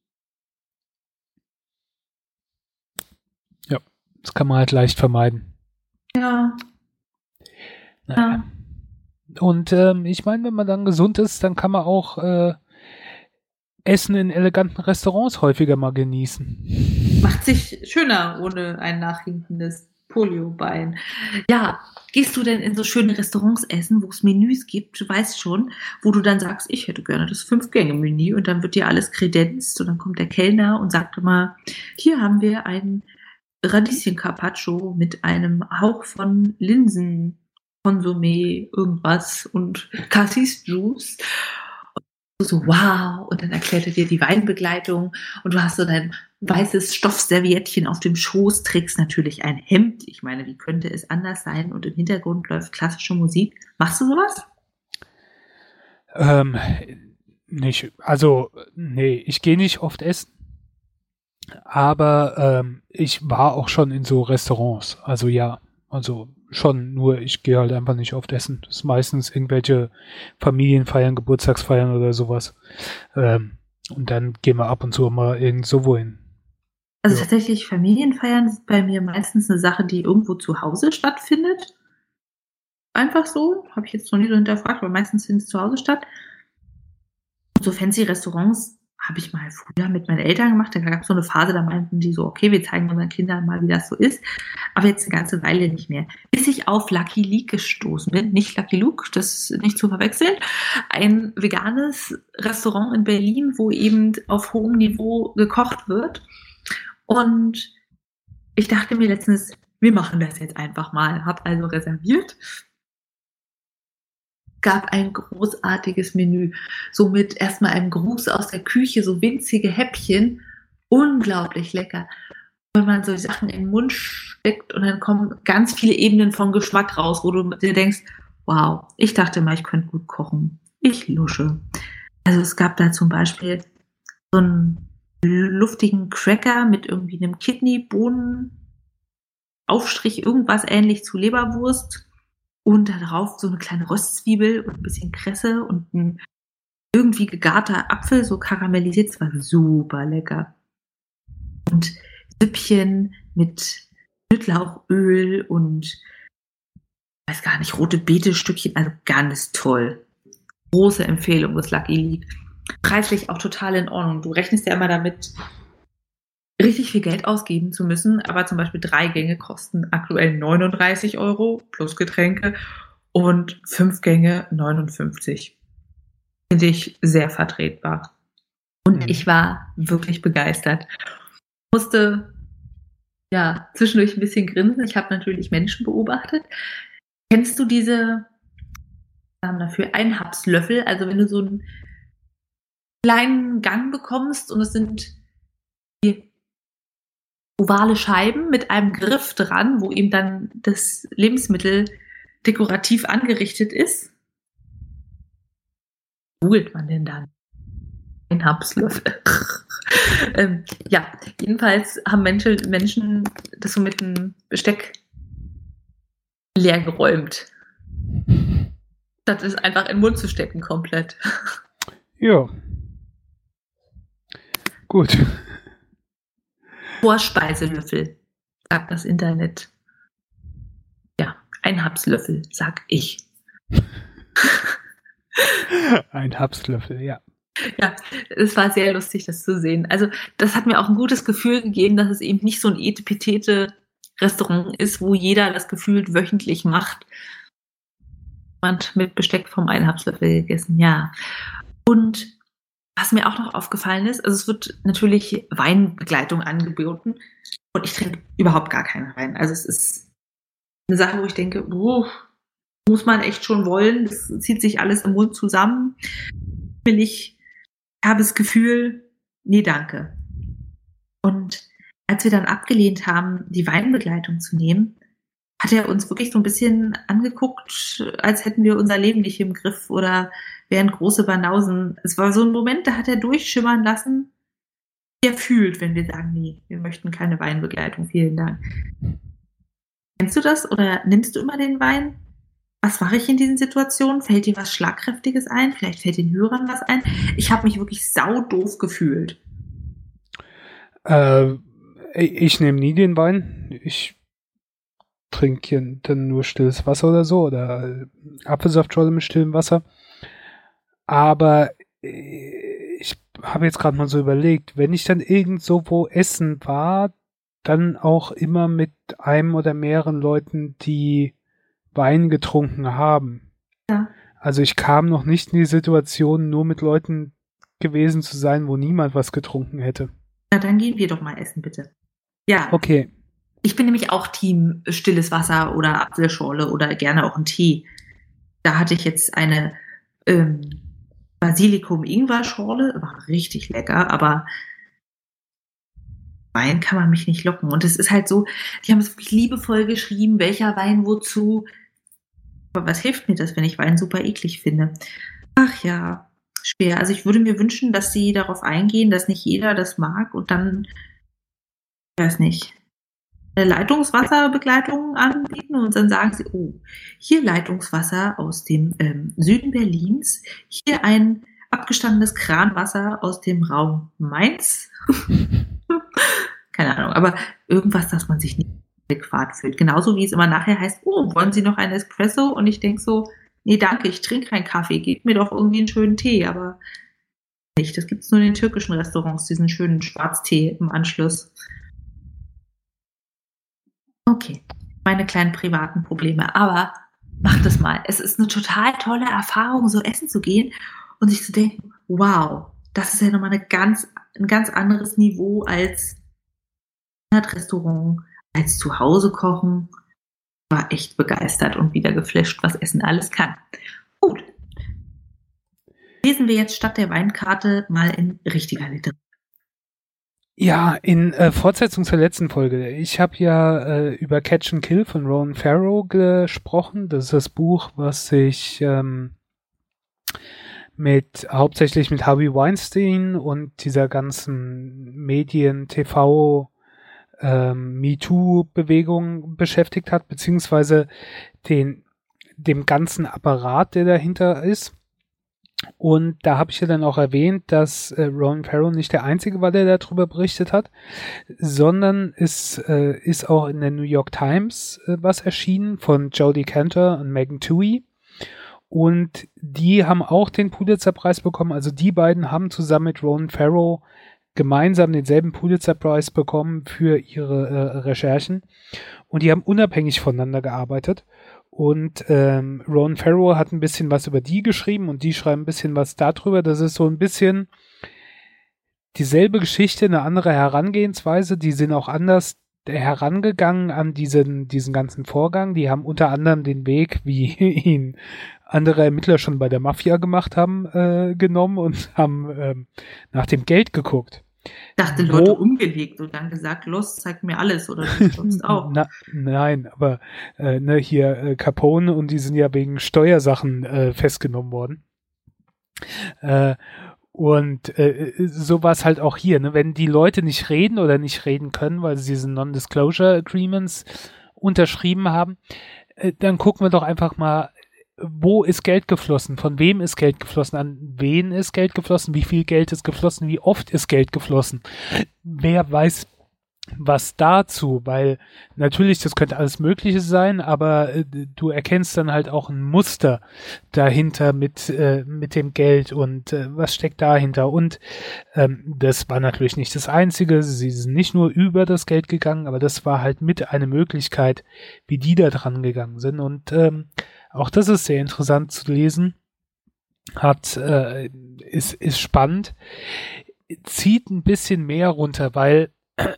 Ja, das kann man halt leicht vermeiden. Ja. Naja. Und ich meine, wenn man dann gesund ist, dann kann man auch Essen in eleganten Restaurants häufiger mal genießen. Macht sich schöner ohne ein nachhinkendes Poliobein. Ja, gehst du denn in so schöne Restaurants essen, wo es Menüs gibt, du weißt schon, wo du dann sagst, ich hätte gerne das 5-Gänge-Menü und dann wird dir alles kredenzt und dann kommt der Kellner und sagt immer, hier haben wir ein Radieschen-Carpaccio mit einem Hauch von Linsen-Konsumé, irgendwas und Cassis-Juice. So, wow, und dann erklärt er dir die Weinbegleitung und du hast so dein weißes Stoffserviettchen auf dem Schoß, trägst natürlich ein Hemd. Ich meine, wie könnte es anders sein? Und im Hintergrund läuft klassische Musik. Machst du sowas? nicht. Also, nee, ich gehe nicht oft essen. Aber ich war auch schon in so Restaurants. Also ja, also schon, nur ich gehe halt einfach nicht oft essen. Das ist meistens irgendwelche Familienfeiern, Geburtstagsfeiern oder sowas. Und dann gehen wir ab und zu mal irgend so wohin. Also Ja. tatsächlich, Familienfeiern sind bei mir meistens eine Sache, die irgendwo zu Hause stattfindet. Einfach so, habe ich jetzt noch nie so hinterfragt, aber meistens findet es zu Hause statt. Und so fancy Restaurants habe ich mal früher mit meinen Eltern gemacht. Da gab es so eine Phase, da meinten die so, okay, wir zeigen unseren Kindern mal, wie das so ist. Aber jetzt eine ganze Weile nicht mehr. Bis ich auf Lucky Luke gestoßen bin. Nicht Lucky Luke, das ist nicht zu verwechseln. Ein veganes Restaurant in Berlin, wo eben auf hohem Niveau gekocht wird. Und ich dachte mir letztens, wir machen das jetzt einfach mal. Hab also reserviert. Gab ein großartiges Menü. So mit erstmal einem Gruß aus der Küche, so winzige Häppchen. Unglaublich lecker. Wenn man so Sachen in den Mund steckt und dann kommen ganz viele Ebenen von Geschmack raus, wo du dir denkst, wow, ich dachte mal, ich könnte gut kochen. Ich lusche. Also es gab da zum Beispiel so einen luftigen Cracker mit irgendwie einem Kidney-Bohnen-Aufstrich, irgendwas ähnlich zu Leberwurst. Und darauf so eine kleine Röstzwiebel und ein bisschen Kresse und ein irgendwie gegarter Apfel, so karamellisiert. Es war super lecker. Und Süppchen mit Schnittlauchöl und weiß gar nicht, rote Beete-Stückchen, also ganz toll. Große Empfehlung, das Lucky Luke. Preislich auch total in Ordnung. Du rechnest ja immer damit, richtig viel Geld ausgeben zu müssen, aber zum Beispiel 3 Gänge kosten aktuell 39 € plus Getränke und 5 Gänge 59. Finde ich sehr vertretbar. Und ich war wirklich begeistert. Musste ja zwischendurch ein bisschen grinsen. Ich habe natürlich Menschen beobachtet. Kennst du diese Namen dafür? Einhapslöffel? Also wenn du so einen kleinen Gang bekommst und es sind die ovale Scheiben mit einem Griff dran, wo eben dann das Lebensmittel dekorativ angerichtet ist. Googelt man denn dann? Ein Hapslöffel. Ja, jedenfalls haben Menschen das so mit einem Besteck leer geräumt. Statt es einfach in den Mund zu stecken komplett. Ja. Gut. Vorspeiselöffel, sagt das Internet. Ja, ein Hapslöffel, sag ich. Ein Hapslöffel, ja. Ja, es war sehr lustig, das zu sehen. Also das hat mir auch ein gutes Gefühl gegeben, dass es eben nicht so ein Etepetete-Restaurant ist, wo jeder das gefühlt wöchentlich macht. Und mit Besteck vom einen Hapslöffel gegessen, ja. Und was mir auch noch aufgefallen ist, also es wird natürlich Weinbegleitung angeboten und ich trinke überhaupt gar keinen Wein. Also es ist eine Sache, wo ich denke, muss man echt schon wollen. Das zieht sich alles im Mund zusammen. Ich habe das Gefühl, nee, danke. Und als wir dann abgelehnt haben, die Weinbegleitung zu nehmen, hat er uns wirklich so ein bisschen angeguckt, als hätten wir unser Leben nicht im Griff oder wären große Banausen. Es war so ein Moment, da hat er durchschimmern lassen, wie er fühlt, wenn wir sagen, nee, wir möchten keine Weinbegleitung, vielen Dank. Kennst du das oder nimmst du immer den Wein? Was mache ich in diesen Situationen? Fällt dir was Schlagkräftiges ein? Vielleicht fällt den Hörern was ein? Ich habe mich wirklich saudoof gefühlt. Ich nehme nie den Wein. Ich trinke dann nur stilles Wasser oder so oder Apfelsaftschorle mit stillem Wasser. Aber ich habe jetzt gerade mal so überlegt, wenn ich dann irgendwo wo essen war, dann auch immer mit einem oder mehreren Leuten, die Wein getrunken haben. Ja. Also ich kam noch nicht in die Situation, nur mit Leuten gewesen zu sein, wo niemand was getrunken hätte. Na, dann gehen wir doch mal essen, bitte. Ja. Okay. Ich bin nämlich auch Team stilles Wasser oder Apfelschorle oder gerne auch einen Tee. Da hatte ich jetzt eine Basilikum-Ingwer-Schorle, war richtig lecker, aber Wein kann man mich nicht locken. Und es ist halt so, die haben es wirklich liebevoll geschrieben, welcher Wein wozu. Aber was hilft mir das, wenn ich Wein super eklig finde? Ach ja, schwer. Also ich würde mir wünschen, dass sie darauf eingehen, dass nicht jeder das mag und dann, ich weiß nicht, eine Leitungswasserbegleitung anbieten und dann sagen sie, oh, hier Leitungswasser aus dem Süden Berlins, hier ein abgestandenes Kranwasser aus dem Raum Mainz. Keine Ahnung, aber irgendwas, dass man sich nicht adäquat fühlt. Genauso wie es immer nachher heißt, oh, wollen Sie noch einen Espresso? Und ich denke so, nee, danke, ich trinke keinen Kaffee, gebt mir doch irgendwie einen schönen Tee, aber nicht. Das gibt es nur in den türkischen Restaurants, diesen schönen Schwarztee im Anschluss. Okay, meine kleinen privaten Probleme, aber macht es mal. Es ist eine total tolle Erfahrung, so essen zu gehen und sich zu denken, wow, das ist ja nochmal ein ganz anderes Niveau als Restaurant, als zu Hause kochen. War echt begeistert und wieder geflasht, was Essen alles kann. Gut. Lesen wir jetzt statt der Weinkarte mal in richtiger Literatur. Ja, in Fortsetzung zur letzten Folge. Ich habe ja über Catch and Kill von Ronan Farrow gesprochen. Das ist das Buch, was sich hauptsächlich mit Harvey Weinstein und dieser ganzen Medien, TV, MeToo-Bewegung beschäftigt hat, beziehungsweise dem ganzen Apparat, der dahinter ist. Und da habe ich ja dann auch erwähnt, dass Ronan Farrow nicht der Einzige war, der darüber berichtet hat, sondern es ist auch in der New York Times was erschienen von Jodie Cantor und Megan Twohey. Und die haben auch den Pulitzer-Preis bekommen. Also die beiden haben zusammen mit Ronan Farrow gemeinsam denselben Pulitzer-Preis bekommen für ihre Recherchen. Und die haben unabhängig voneinander gearbeitet. Und Ronan Farrow hat ein bisschen was über die geschrieben und die schreiben ein bisschen was darüber. Das ist so ein bisschen dieselbe Geschichte, eine andere Herangehensweise. Die sind auch anders herangegangen an diesen ganzen Vorgang. Die haben unter anderem den Weg, wie ihn andere Ermittler schon bei der Mafia gemacht haben, genommen und haben nach dem Geld geguckt. Dachte, Leute umgelegt und dann gesagt, los, zeig mir alles oder du sonst auch. Nein, aber hier Capone und die sind ja wegen Steuersachen festgenommen worden. So war es halt auch hier. Ne? Wenn die Leute nicht reden oder nicht reden können, weil sie diese Non-Disclosure Agreements unterschrieben haben, dann gucken wir doch einfach mal, wo ist Geld geflossen, von wem ist Geld geflossen, an wen ist Geld geflossen, wie viel Geld ist geflossen, wie oft ist Geld geflossen. Wer weiß was dazu, weil natürlich, das könnte alles Mögliche sein, aber du erkennst dann halt auch ein Muster dahinter mit dem Geld und was steckt dahinter und das war natürlich nicht das Einzige, sie sind nicht nur über das Geld gegangen, aber das war halt mit eine Möglichkeit, wie die da dran gegangen sind und auch das ist sehr interessant zu lesen, ist spannend, zieht ein bisschen mehr runter, weil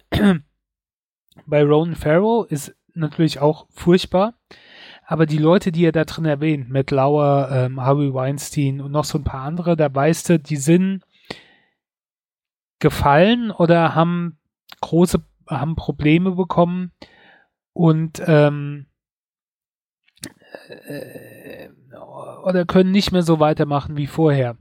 bei Ronan Farrow ist natürlich auch furchtbar, aber die Leute, die er da drin erwähnt, Matt Lauer, Harvey Weinstein und noch so ein paar andere, da weißt du, die sind gefallen oder haben Probleme bekommen und oder können nicht mehr so weitermachen wie vorher.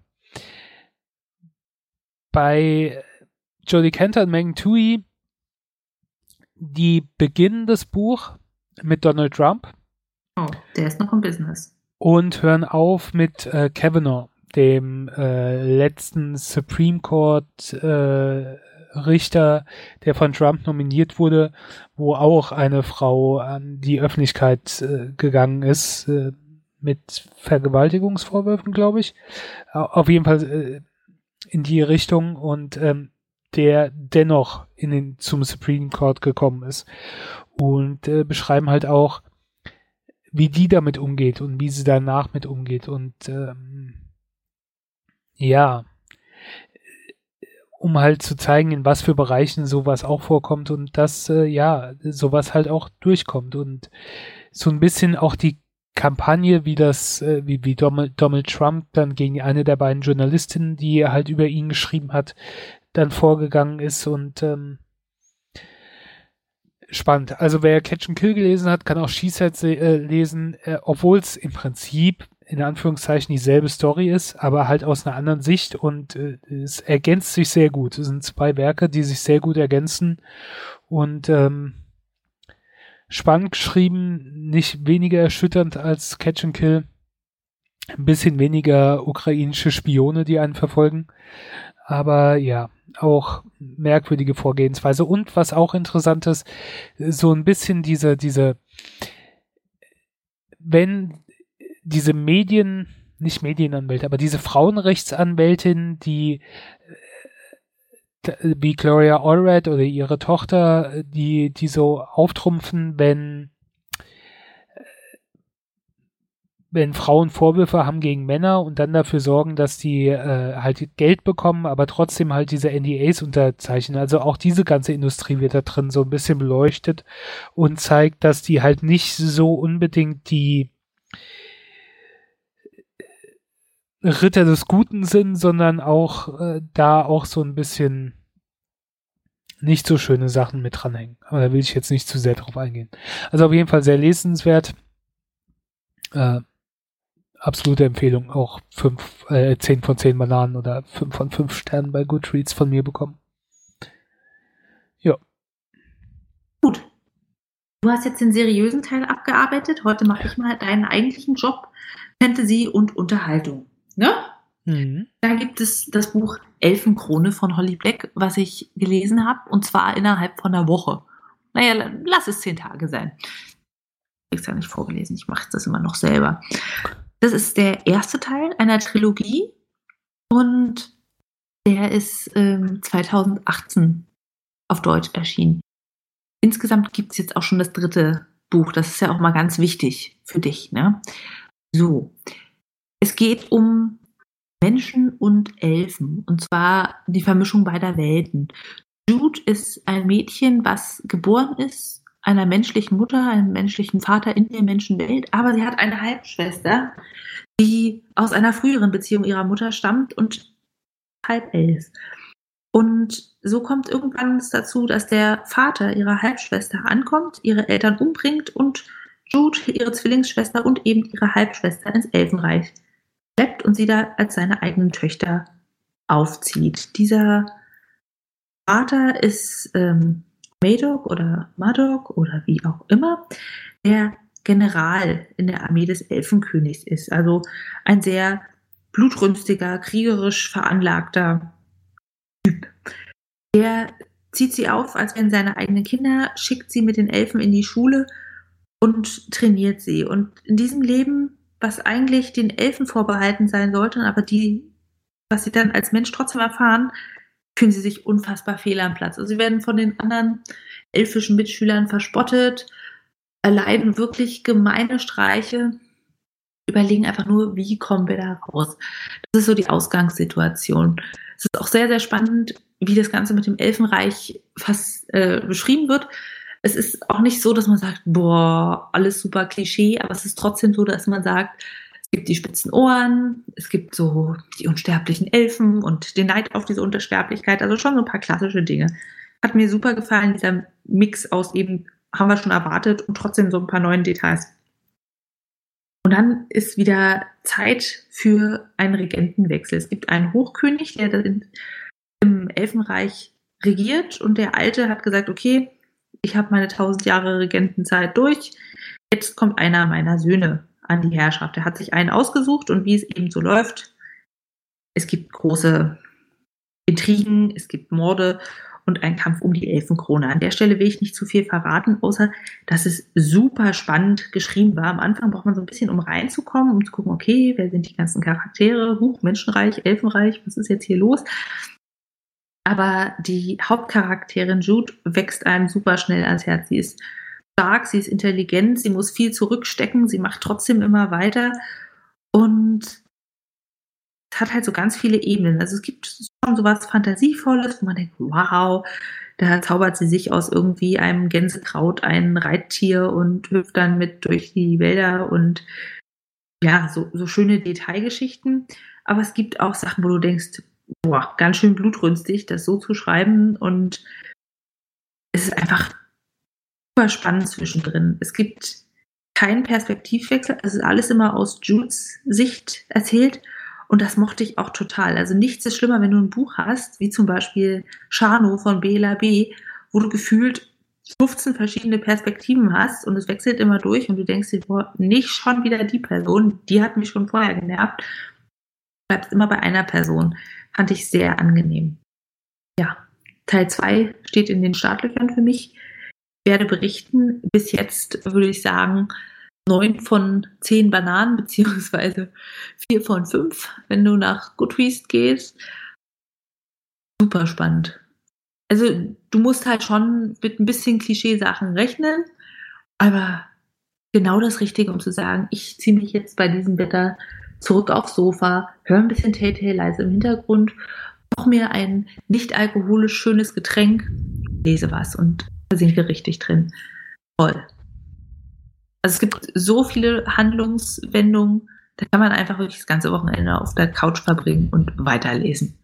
Bei Jodie Cantor und Megan Twohey, die beginnen das Buch mit Donald Trump. Oh, der ist noch im Business. Und hören auf mit Kavanaugh, dem letzten Supreme Court Richter, der von Trump nominiert wurde, wo auch eine Frau an die Öffentlichkeit gegangen ist, mit Vergewaltigungsvorwürfen, glaube ich. Auf jeden Fall in die Richtung und der dennoch zum Supreme Court gekommen ist. Und beschreiben halt auch, wie die damit umgeht und wie sie danach mit umgeht. Und um halt zu zeigen, in was für Bereichen sowas auch vorkommt und dass sowas halt auch durchkommt. Und so ein bisschen auch die Kampagne, wie Donald Trump dann gegen eine der beiden Journalistinnen, die halt über ihn geschrieben hat, dann vorgegangen ist und spannend. Also wer Catch and Kill gelesen hat, kann auch She Said lesen, obwohl es im Prinzip in Anführungszeichen dieselbe Story ist, aber halt aus einer anderen Sicht und es ergänzt sich sehr gut. Es sind 2 Werke, die sich sehr gut ergänzen und spannend geschrieben, nicht weniger erschütternd als Catch and Kill. Ein bisschen weniger ukrainische Spione, die einen verfolgen. Aber ja, auch merkwürdige Vorgehensweise. Und was auch interessant ist, so ein bisschen wenn diese nicht Medienanwälte, aber diese Frauenrechtsanwältin, die wie Gloria Allred oder ihre Tochter, die so auftrumpfen, wenn Frauen Vorwürfe haben gegen Männer und dann dafür sorgen, dass die halt Geld bekommen, aber trotzdem halt diese NDAs unterzeichnen. Also auch diese ganze Industrie wird da drin so ein bisschen beleuchtet und zeigt, dass die halt nicht so unbedingt die Ritter des Guten sind, sondern auch da auch so ein bisschen nicht so schöne Sachen mit dranhängen. Aber da will ich jetzt nicht zu sehr drauf eingehen. Also auf jeden Fall sehr lesenswert. Absolute Empfehlung. Auch 10 von 10 Bananen oder 5 von 5 Sternen bei Goodreads von mir bekommen. Ja. Gut. Du hast jetzt den seriösen Teil abgearbeitet. Heute mache ich mal deinen eigentlichen Job. Fantasy und Unterhaltung. Ne? Mhm. Da gibt es das Buch Elfenkrone von Holly Black, was ich gelesen habe, und zwar innerhalb von einer Woche. Naja, lass es 10 Tage sein. Ich habe es ja nicht vorgelesen, ich mache das immer noch selber. Das ist der erste Teil einer Trilogie und der ist 2018 auf Deutsch erschienen. Insgesamt gibt es jetzt auch schon das 3. Buch. Das ist ja auch mal ganz wichtig für dich, ne? So. Es geht um Menschen und Elfen, und zwar die Vermischung beider Welten. Jude ist ein Mädchen, was geboren ist, einer menschlichen Mutter, einem menschlichen Vater in der Menschenwelt, aber sie hat eine Halbschwester, die aus einer früheren Beziehung ihrer Mutter stammt und halb ist. Und so kommt irgendwann es dazu, dass der Vater ihrer Halbschwester ankommt, ihre Eltern umbringt und Jude, ihre Zwillingsschwester und eben ihre Halbschwester ins Elfenreich schleppt und sie da als seine eigenen Töchter aufzieht. Dieser Vater ist Madog oder wie auch immer, der General in der Armee des Elfenkönigs ist. Also ein sehr blutrünstiger, kriegerisch veranlagter Typ. Der zieht sie auf, als wären seine eigenen Kinder, schickt sie mit den Elfen in die Schule und trainiert sie. Und in diesem Leben, was eigentlich den Elfen vorbehalten sein sollte, aber was sie dann als Mensch trotzdem erfahren, fühlen sie sich unfassbar fehl am Platz. Also sie werden von den anderen elfischen Mitschülern verspottet, erleiden wirklich gemeine Streiche, überlegen einfach nur, wie kommen wir da raus. Das ist so die Ausgangssituation. Es ist auch sehr, sehr spannend, wie das Ganze mit dem Elfenreich fast beschrieben wird. Es ist auch nicht so, dass man sagt, boah, alles super Klischee, aber es ist trotzdem so, dass man sagt, es gibt die spitzen Ohren, es gibt so die unsterblichen Elfen und den Neid auf diese Unsterblichkeit, also schon so ein paar klassische Dinge. Hat mir super gefallen, dieser Mix aus eben, haben wir schon erwartet, und trotzdem so ein paar neuen Details. Und dann ist wieder Zeit für einen Regentenwechsel. Es gibt einen Hochkönig, der im Elfenreich regiert, und der Alte hat gesagt, okay, ich habe meine 1000 Jahre Regentenzeit durch, jetzt kommt einer meiner Söhne an die Herrschaft. Er hat sich einen ausgesucht, und wie es eben so läuft, es gibt große Intrigen, es gibt Morde und einen Kampf um die Elfenkrone. An der Stelle will ich nicht zu viel verraten, außer dass es super spannend geschrieben war. Am Anfang braucht man so ein bisschen, um reinzukommen, um zu gucken, okay, wer sind die ganzen Charaktere? Menschenreich, Elfenreich, was ist jetzt hier los? Aber die Hauptcharakterin Jude wächst einem super schnell ans Herz. Sie ist stark, sie ist intelligent, sie muss viel zurückstecken, sie macht trotzdem immer weiter, und es hat halt so ganz viele Ebenen. Also es gibt schon so was Fantasievolles, wo man denkt, wow, da zaubert sie sich aus irgendwie einem Gänsekraut ein Reittier und hüpft dann mit durch die Wälder, und ja, so schöne Detailgeschichten. Aber es gibt auch Sachen, wo du denkst, boah, ganz schön blutrünstig, das so zu schreiben, und es ist einfach super spannend zwischendrin. Es gibt kein Perspektivwechsel, also alles immer aus Judes Sicht erzählt. Und das mochte ich auch total. Also nichts ist schlimmer, wenn du ein Buch hast, wie zum Beispiel Shano von Bela B., wo du gefühlt 15 verschiedene Perspektiven hast und es wechselt immer durch und du denkst dir, boah, nicht schon wieder die Person, die hat mich schon vorher genervt. Du bleibst immer bei einer Person. Fand ich sehr angenehm. Ja, Teil 2 steht in den Startlöchern für mich. Ich werde berichten, bis jetzt würde ich sagen, 9 von 10 Bananen, beziehungsweise 4 von 5, wenn du nach Goodreads gehst. Super spannend. Also du musst halt schon mit ein bisschen Klischeesachen rechnen, aber genau das Richtige, um zu sagen, ich ziehe mich jetzt bei diesem Wetter zurück aufs Sofa, höre ein bisschen Telltale leise im Hintergrund, koche mir ein nicht alkoholisch schönes Getränk, lese was und versinke richtig drin. Toll. Also es gibt so viele Handlungswendungen, da kann man einfach wirklich das ganze Wochenende auf der Couch verbringen und weiterlesen.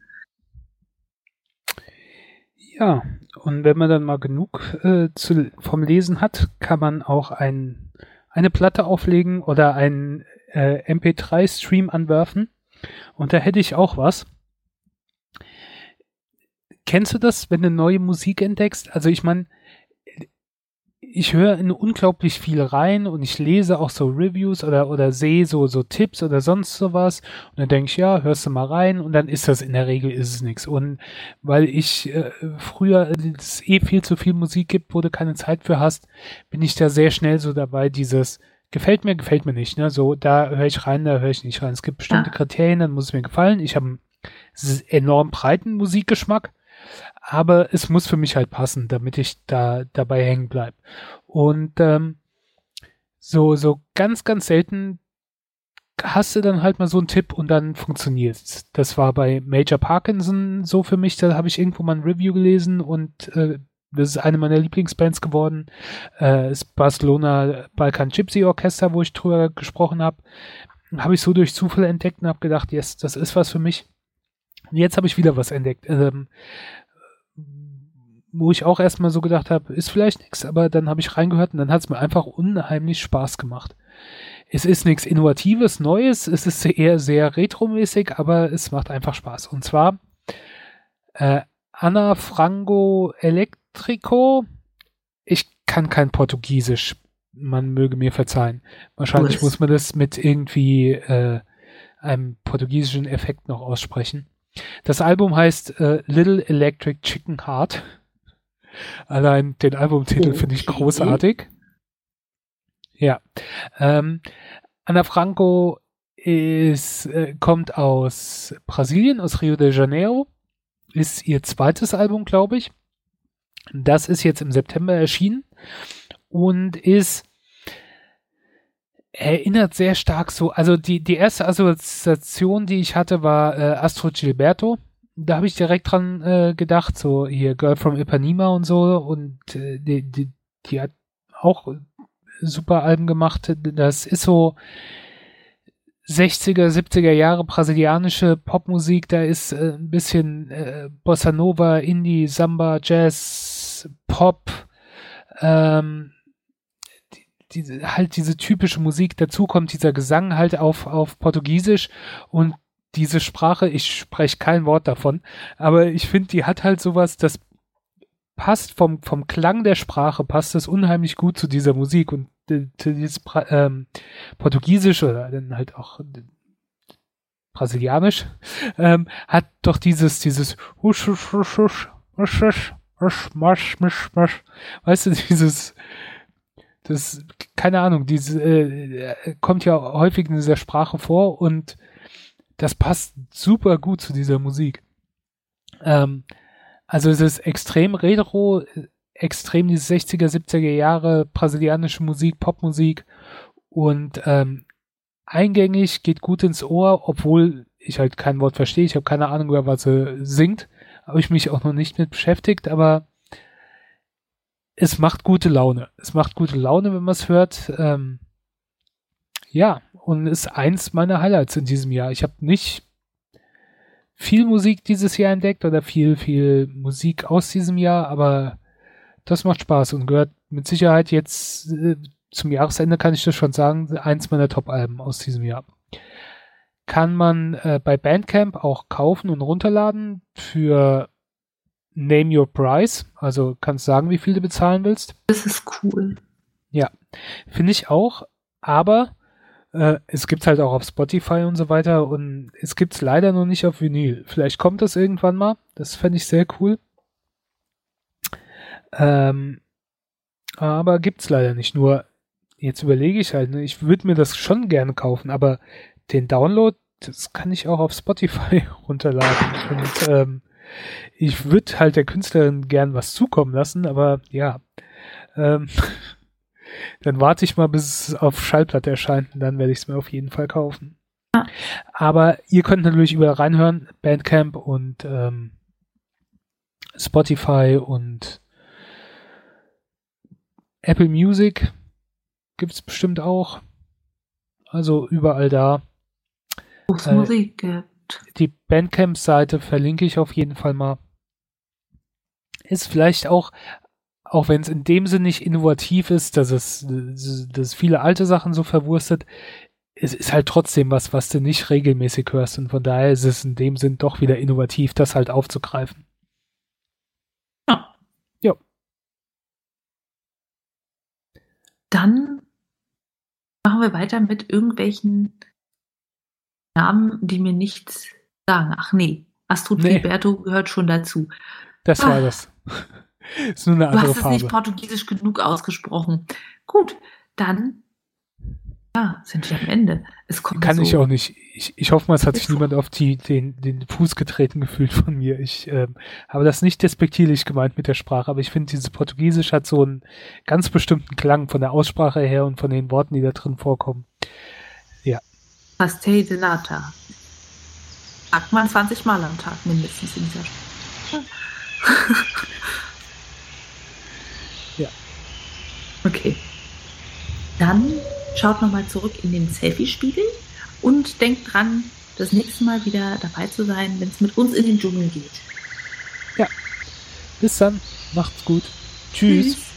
Ja, und wenn man dann mal genug vom Lesen hat, kann man auch eine Platte auflegen oder einen MP3-Stream anwerfen. Und da hätte ich auch was. Kennst du das, wenn du neue Musik entdeckst? Also ich meine, ich höre in unglaublich viel rein und ich lese auch so Reviews oder sehe so Tipps oder sonst sowas und dann denke ich, ja, hörst du mal rein und dann ist das in der Regel ist es nichts. Und weil ich früher es viel zu viel Musik gibt, wo du keine Zeit für hast, bin ich da sehr schnell so dabei, dieses gefällt mir nicht, ne? So, da höre ich rein, da höre ich nicht rein. Es gibt bestimmte Kriterien, dann muss es mir gefallen. Ich habe einen enorm breiten Musikgeschmack. Aber es muss für mich halt passen, damit ich da dabei hängen bleibe. Und so ganz, ganz selten hast du dann halt mal so einen Tipp und dann funktioniert's. Das war bei Major Parkinson so für mich, da habe ich irgendwo mal ein Review gelesen und das ist eine meiner Lieblingsbands geworden. Das Barcelona Balkan Gypsy Orchester, wo ich drüber gesprochen habe. Habe ich so durch Zufall entdeckt und habe gedacht, yes, das ist was für mich. Und jetzt habe ich wieder was entdeckt. Wo ich auch erstmal so gedacht habe, ist vielleicht nichts, aber dann habe ich reingehört und dann hat es mir einfach unheimlich Spaß gemacht. Es ist nichts Innovatives, Neues, es ist eher sehr retromäßig, aber es macht einfach Spaß. Und zwar Ana Frango Electrico. Ich kann kein Portugiesisch, man möge mir verzeihen. Wahrscheinlich muss man das mit irgendwie einem portugiesischen Effekt noch aussprechen. Das Album heißt Little Electric Chicken Heart. Allein den Albumtitel finde ich großartig. Ja. Ana Frango kommt aus Brasilien, aus Rio de Janeiro. Ist ihr zweites Album, glaube ich. Das ist jetzt im September erschienen und erinnert sehr stark so, also die erste Assoziation, die ich hatte, war Astrud Gilberto. Da habe ich direkt dran gedacht, so hier Girl from Ipanema und so und die hat auch super Alben gemacht. Das ist so 60er, 70er Jahre brasilianische Popmusik, da ist ein bisschen Bossa Nova, Indie, Samba, Jazz, Pop, diese typische Musik, dazu kommt dieser Gesang halt auf Portugiesisch und diese Sprache, ich spreche kein Wort davon, aber ich finde, die hat halt sowas, das passt vom Klang der Sprache, passt das unheimlich gut zu dieser Musik und dieses Portugiesisch oder dann halt auch Brasilianisch hat doch dieses weißt du, das, keine Ahnung, kommt ja häufig in dieser Sprache vor und das passt super gut zu dieser Musik. Also es ist extrem retro, extrem diese 60er, 70er Jahre brasilianische Musik, Popmusik und eingängig, geht gut ins Ohr, obwohl ich halt kein Wort verstehe. Ich habe keine Ahnung, über was sie singt. Habe ich mich auch noch nicht mit beschäftigt, aber es macht gute Laune. Es macht gute Laune, wenn man es hört. Ja, und ist eins meiner Highlights in diesem Jahr. Ich habe nicht viel Musik dieses Jahr entdeckt oder viel Musik aus diesem Jahr, aber das macht Spaß und gehört mit Sicherheit jetzt zum Jahresende kann ich das schon sagen, eins meiner Top-Alben aus diesem Jahr. Kann man bei Bandcamp auch kaufen und runterladen für Name Your Price. Also kannst sagen, wie viel du bezahlen willst. Das ist cool. Ja, finde ich auch. Aber es gibt es halt auch auf Spotify und so weiter und es gibt es leider noch nicht auf Vinyl. Vielleicht kommt das irgendwann mal. Das fände ich sehr cool. Aber gibt es leider nicht. Nur, jetzt überlege ich halt, ne, ich würde mir das schon gerne kaufen, aber den Download, das kann ich auch auf Spotify runterladen. Und ich würde halt der Künstlerin gern was zukommen lassen, aber ja, dann warte ich mal, bis es auf Schallplatte erscheint und dann werde ich es mir auf jeden Fall kaufen. Ja. Aber ihr könnt natürlich überall reinhören, Bandcamp und Spotify und Apple Music gibt es bestimmt auch. Also überall da. Wo es Musik gibt. Die Bandcamp-Seite verlinke ich auf jeden Fall mal. Ist vielleicht auch wenn es in dem Sinne nicht innovativ ist, dass viele alte Sachen so verwurstet, es ist halt trotzdem was du nicht regelmäßig hörst und von daher ist es in dem Sinn doch wieder innovativ, das halt aufzugreifen. Ja. Ja. Dann machen wir weiter mit irgendwelchen Namen, die mir nichts sagen. Ach nee, Astrud Filiberto gehört schon dazu. Das war das. Ist nur eine andere Farbe. Du hast es nicht portugiesisch genug ausgesprochen. Gut, dann sind wir am Ende. Es kommt Kann ich auch nicht. Ich hoffe mal, es hat sich niemand auf den Fuß getreten gefühlt von mir. Ich habe das nicht despektierlich gemeint mit der Sprache, aber ich finde, dieses Portugiesisch hat so einen ganz bestimmten Klang von der Aussprache her und von den Worten, die da drin vorkommen. Ja. Pastel de Nata. Sagt man 20 Mal am Tag mindestens in dieser Sprache. Ja. Okay. Dann schaut nochmal zurück in den Selfie-Spiegel und denkt dran, das nächste Mal wieder dabei zu sein, wenn es mit uns in den Dschungel geht. Ja. Bis dann. Macht's gut. Tschüss.